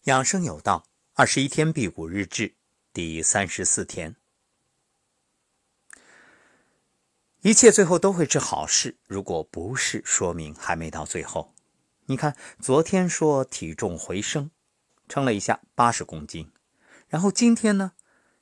养生有道，21天辟谷日志第34天。一切最后都会是好事，如果不是，说明还没到最后。你看，昨天说体重回升，称了一下80公斤，然后今天呢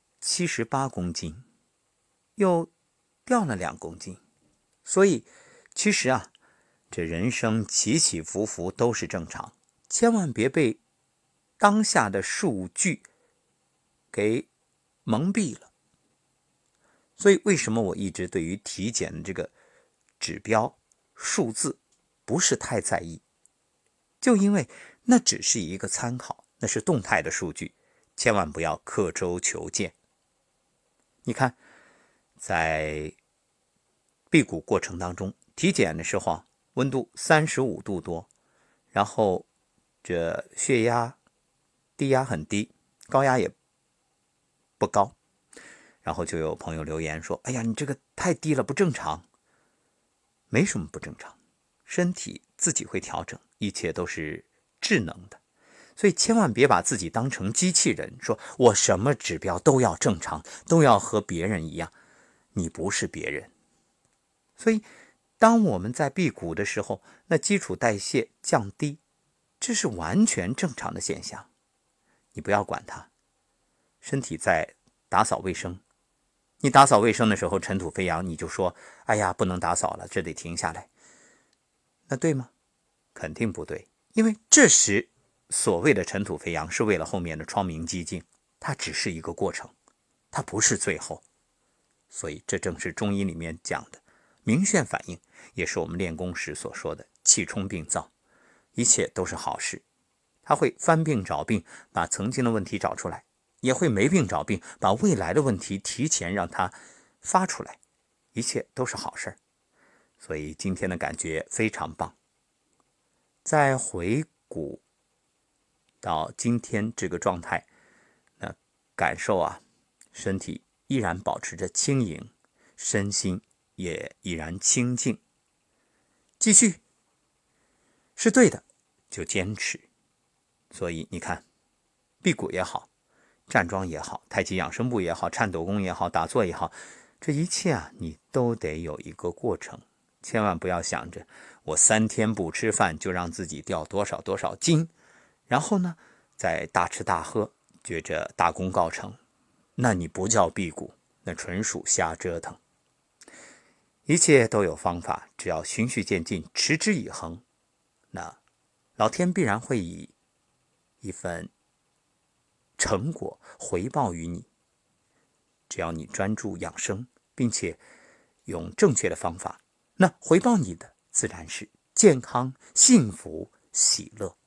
78公斤，又掉了2公斤。所以其实啊，这人生起起伏伏都是正常，千万别被当下的数据给蒙蔽了。所以为什么我一直对于体检的这个指标数字不是太在意，就因为那只是一个参考，那是动态的数据，千万不要刻舟求剑。你看，在辟谷过程当中，体检的时候温度35度多，然后这血压低压很低，高压也不高，然后就有朋友留言说，哎呀，你这个太低了，不正常。没什么不正常，身体自己会调整，一切都是智能的。所以千万别把自己当成机器人，说我什么指标都要正常，都要和别人一样。你不是别人。所以当我们在辟谷的时候，那基础代谢降低，这是完全正常的现象，你不要管它。身体在打扫卫生，你打扫卫生的时候尘土飞扬，你就说，哎呀，不能打扫了，这得停下来。那对吗？肯定不对，因为这时所谓的尘土飞扬是为了后面的窗明几净，它只是一个过程，它不是最后。所以这正是中医里面讲的明眩反应，也是我们练功时所说的气冲病灶，一切都是好事。它会翻病找病，把曾经的问题找出来，也会没病找病，把未来的问题提前让它发出来，一切都是好事。所以今天的感觉非常棒。再回顾到今天这个状态，那感受啊，身体依然保持着轻盈，身心也依然清静。继续是对的，就坚持。所以你看，辟谷也好，站桩也好，太极养生步也好，颤抖功也好，打坐也好，这一切啊，你都得有一个过程。千万不要想着我3天不吃饭就让自己掉多少多少斤，然后呢再大吃大喝，觉着大功告成，那你不叫辟谷，那纯属瞎折腾。一切都有方法，只要循序渐进，持之以恒，那老天必然会以一份成果回报于你。只要你专注养生，并且用正确的方法，那回报你的自然是健康、幸福、喜乐。